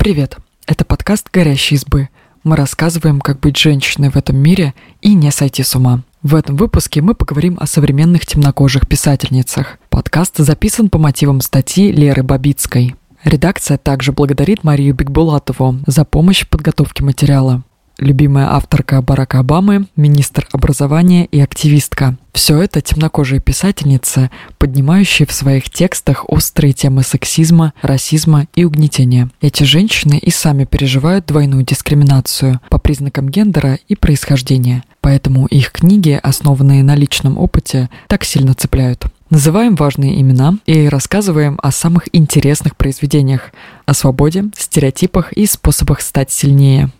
Привет! Это подкаст «Горящие избы». Мы рассказываем, как быть женщиной в этом мире и не сойти с ума. В этом выпуске мы поговорим о современных темнокожих писательницах. Подкаст записан по мотивам статьи Леры Бабицкой. Редакция также благодарит Марию Бикбулатову за помощь в подготовке материала. Любимая авторка Барака Обамы, министр образования и активистка. Все это темнокожие писательницы, поднимающие в своих текстах острые темы сексизма, расизма и угнетения. Эти женщины и сами переживают двойную дискриминацию по признакам гендера и происхождения. Поэтому их книги, основанные на личном опыте, так сильно цепляют. Называем важные имена и рассказываем о самых интересных произведениях, о свободе, стереотипах и способах стать сильнее.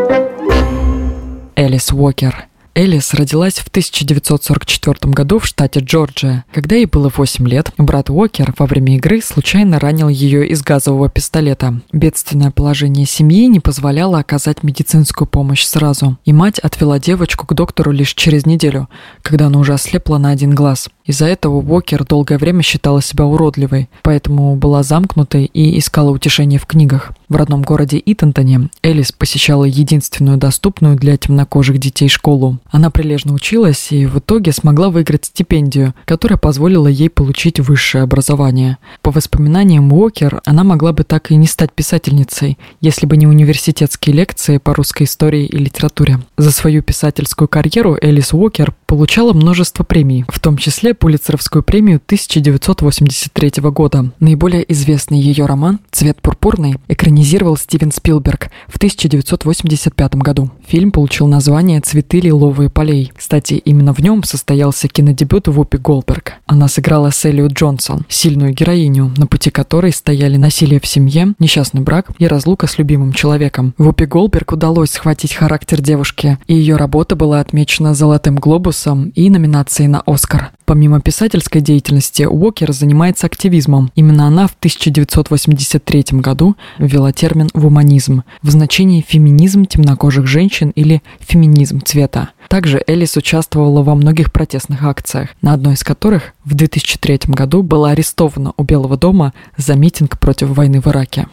Элис Уокер. Элис родилась в 1944 году в штате Джорджия. Когда ей было 8 лет, брат Уокер во время игры случайно ранил ее из газового пистолета. Бедственное положение семьи не позволяло оказать медицинскую помощь сразу, и мать отвела девочку к доктору лишь через неделю, когда она уже ослепла на один глаз. Из-за этого Уокер долгое время считала себя уродливой, поэтому была замкнутой и искала утешения в книгах. В родном городе Итонтоне Элис посещала единственную доступную для темнокожих детей школу. Она прилежно училась и в итоге смогла выиграть стипендию, которая позволила ей получить высшее образование. По воспоминаниям Уокер, она могла бы так и не стать писательницей, если бы не университетские лекции по русской истории и литературе. За свою писательскую карьеру Элис Уокер получала множество премий, в том числе Пулитцеровскую премию 1983 года. Наиболее известный ее роман «Цвет пурпурный» экранизировал Стивен Спилберг в 1985 году. Фильм получил название «Цветы лиловые полей». Кстати, именно в нем состоялся кинодебют Вупи Голдберг. Она сыграла Селию Джонсон, сильную героиню, на пути которой стояли насилие в семье, несчастный брак и разлука с любимым человеком. Вупи Голдберг удалось схватить характер девушки, и ее работа была отмечена «Золотым глобусом» и номинацией на «Оскар». Помимо писательской деятельности, Уокер занимается активизмом. Именно она в 1983 году ввела термин «вуманизм» в значении «феминизм темнокожих женщин» или «феминизм цвета». Также Элис участвовала во многих протестных акциях, на одной из которых в 2003 году была арестована у Белого дома за митинг против войны в Ираке.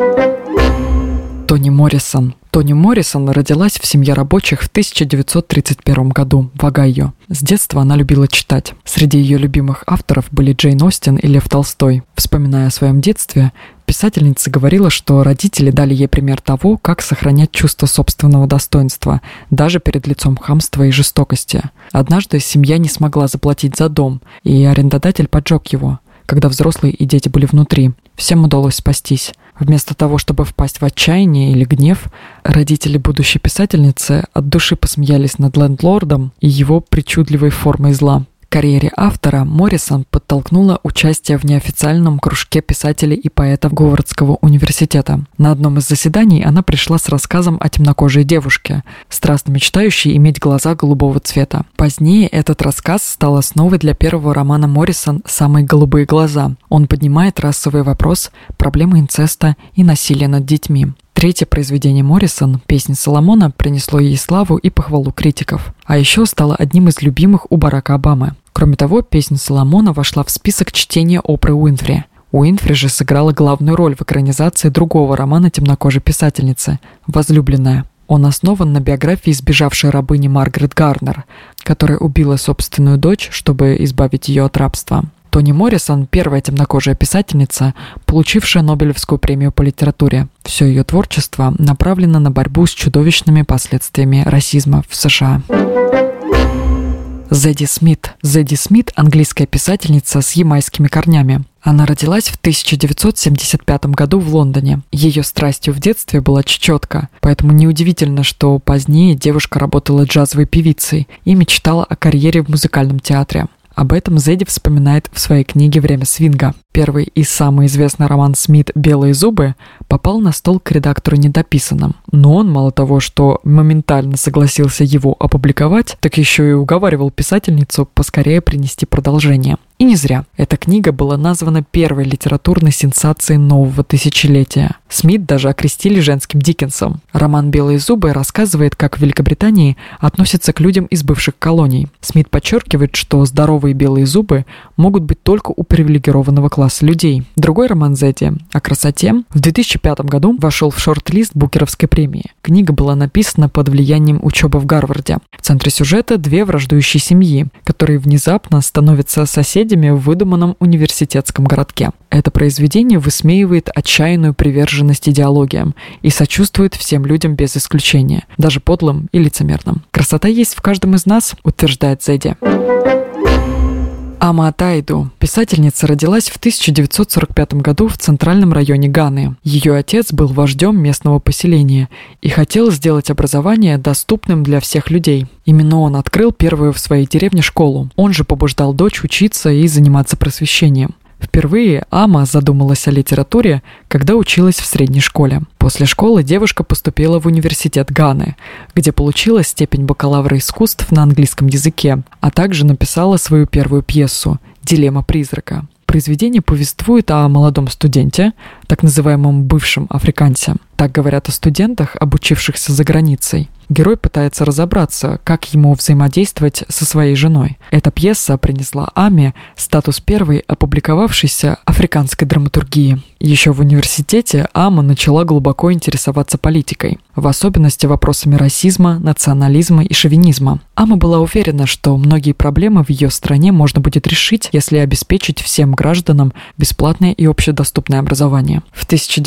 Тони Моррисон. Тони Моррисон родилась в семье рабочих в 1931 году в Огайо. С детства она любила читать. Среди ее любимых авторов были Джейн Остин и Лев Толстой. Вспоминая о своем детстве, писательница говорила, что родители дали ей пример того, как сохранять чувство собственного достоинства, даже перед лицом хамства и жестокости. Однажды семья не смогла заплатить за дом, и арендодатель поджег его, когда взрослые и дети были внутри. Всем удалось спастись. Вместо того, чтобы впасть в отчаяние или гнев, родители будущей писательницы от души посмеялись над лендлордом и его причудливой формой зла. К карьере автора Моррисон подтолкнула участие в неофициальном кружке писателей и поэтов Говардского университета. На одном из заседаний она пришла с рассказом о темнокожей девушке, страстно мечтающей иметь глаза голубого цвета. Позднее этот рассказ стал основой для первого романа Моррисон «Самые голубые глаза». Он поднимает расовый вопрос, проблемы инцеста и насилия над детьми. Третье произведение Моррисон, «Песнь Соломона», принесло ей славу и похвалу критиков. А еще стало одним из любимых у Барака Обамы. Кроме того, «Песнь Соломона» вошла в список чтения Опры Уинфри. Уинфри же сыграла главную роль в экранизации другого романа темнокожей писательницы «Возлюбленная». Он основан на биографии сбежавшей рабыни Маргарет Гарнер, которая убила собственную дочь, чтобы избавить ее от рабства. Тони Моррисон – первая темнокожая писательница, получившая Нобелевскую премию по литературе. Все ее творчество направлено на борьбу с чудовищными последствиями расизма в США. Зэдди Смит. Зэдди Смит – английская писательница с ямайскими корнями. Она родилась в 1975 году в Лондоне. Ее страстью в детстве была чечетка, поэтому неудивительно, что позднее девушка работала джазовой певицей и мечтала о карьере в музыкальном театре. Об этом Зэдди вспоминает в своей книге «Время свинга». Первый и самый известный роман Смит «Белые зубы» попал на стол к редактору недописанным. Но он, мало того, что моментально согласился его опубликовать, так еще и уговаривал писательницу поскорее принести продолжение. И не зря. Эта книга была названа первой литературной сенсацией нового тысячелетия. Смит даже окрестили женским Диккенсом. Роман «Белые зубы» рассказывает, как в Великобритании относятся к людям из бывших колоний. Смит подчеркивает, что здоровые белые зубы могут быть только у привилегированного класса людей. Другой роман Зедди о красоте в 2005 году вошел в шорт-лист Букеровской премии. Книга была написана под влиянием учебы в Гарварде. В центре сюжета две враждующие семьи, которые внезапно становятся соседями в выдуманном университетском городке. Это произведение высмеивает отчаянную приверженность идеологиям и сочувствует всем людям без исключения, даже подлым и лицемерным. Красота есть в каждом из нас, утверждает Зедди. Ама Атайду. Писательница родилась в 1945 году в центральном районе Ганы. Ее отец был вождем местного поселения и хотел сделать образование доступным для всех людей. Именно он открыл первую в своей деревне школу. Он же побуждал дочь учиться и заниматься просвещением. Впервые Ама задумалась о литературе, когда училась в средней школе. После школы девушка поступила в университет Ганы, где получила степень бакалавра искусств на английском языке, а также написала свою первую пьесу «Дилемма призрака». Произведение повествует о молодом студенте, так называемом бывшем африканце. Так говорят о студентах, обучившихся за границей. Герой пытается разобраться, как ему взаимодействовать со своей женой. Эта пьеса принесла Аме статус первой опубликовавшейся африканской драматургии. Еще в университете Ама начала глубоко интересоваться политикой, в особенности вопросами расизма, национализма и шовинизма. Ама была уверена, что многие проблемы в ее стране можно будет решить, если обеспечить всем гражданам бесплатное и общедоступное образование. В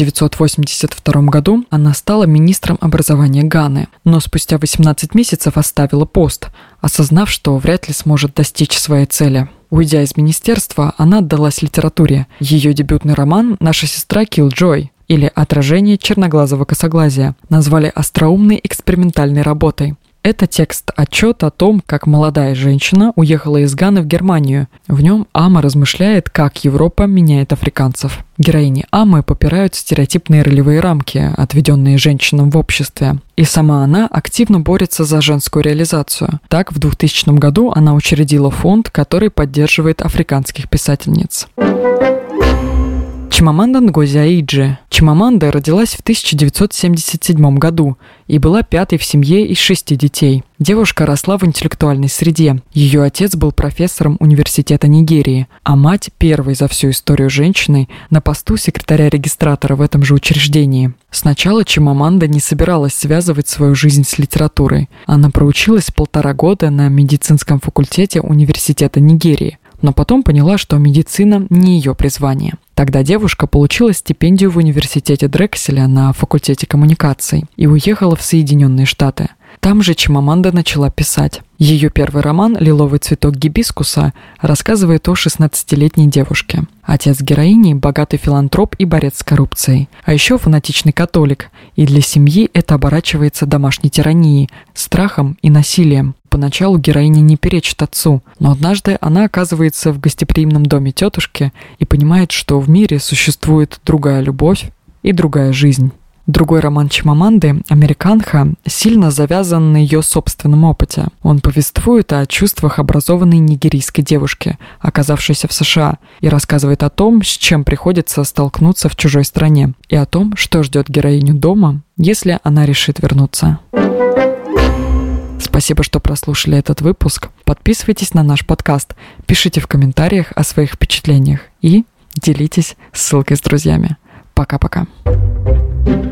1982 году она стала министром образования Ганы, но спустя 18 месяцев оставила пост, осознав, что вряд ли сможет достичь своей цели. Уйдя из министерства, она отдалась литературе. Ее дебютный роман «Наша сестра Киллджой» или «Отражение черноглазого косоглазия» назвали остроумной экспериментальной работой. Это текст-отчет о том, как молодая женщина уехала из Ганы в Германию. В нем Ама размышляет, как Европа меняет африканцев. Героини Амы попирают стереотипные ролевые рамки, отведенные женщинам в обществе. И сама она активно борется за женскую реализацию. Так, в 2000 году она учредила фонд, который поддерживает африканских писательниц. Чимаманда Нгози Аиджи. Чимаманда родилась в 1977 году и была пятой в семье из 6 детей. Девушка росла в интеллектуальной среде. Ее отец был профессором университета Нигерии, а мать первой за всю историю женщиной на посту секретаря-регистратора в этом же учреждении. Сначала Чимаманда не собиралась связывать свою жизнь с литературой. Она проучилась 1,5 года на медицинском факультете университета Нигерии, но потом поняла, что медицина не ее призвание. Тогда девушка получила стипендию в университете Дрекселя на факультете коммуникаций и уехала в Соединенные Штаты. Там же Чимаманда начала писать. Ее первый роман «Лиловый цветок гибискуса» рассказывает о 16-летней девушке. Отец героини – богатый филантроп и борец с коррупцией. А еще фанатичный католик. И для семьи это оборачивается домашней тиранией, страхом и насилием. Поначалу героиня не перечит отцу, но однажды она оказывается в гостеприимном доме тетушки и понимает, что в мире существует другая любовь и другая жизнь. Другой роман Чимаманды «Американха» сильно завязан на ее собственном опыте. Он повествует о чувствах образованной нигерийской девушки, оказавшейся в США, и рассказывает о том, с чем приходится столкнуться в чужой стране, и о том, что ждет героиню дома, если она решит вернуться. Спасибо, что прослушали этот выпуск. Подписывайтесь на наш подкаст, пишите в комментариях о своих впечатлениях и делитесь ссылкой с друзьями. Пока-пока.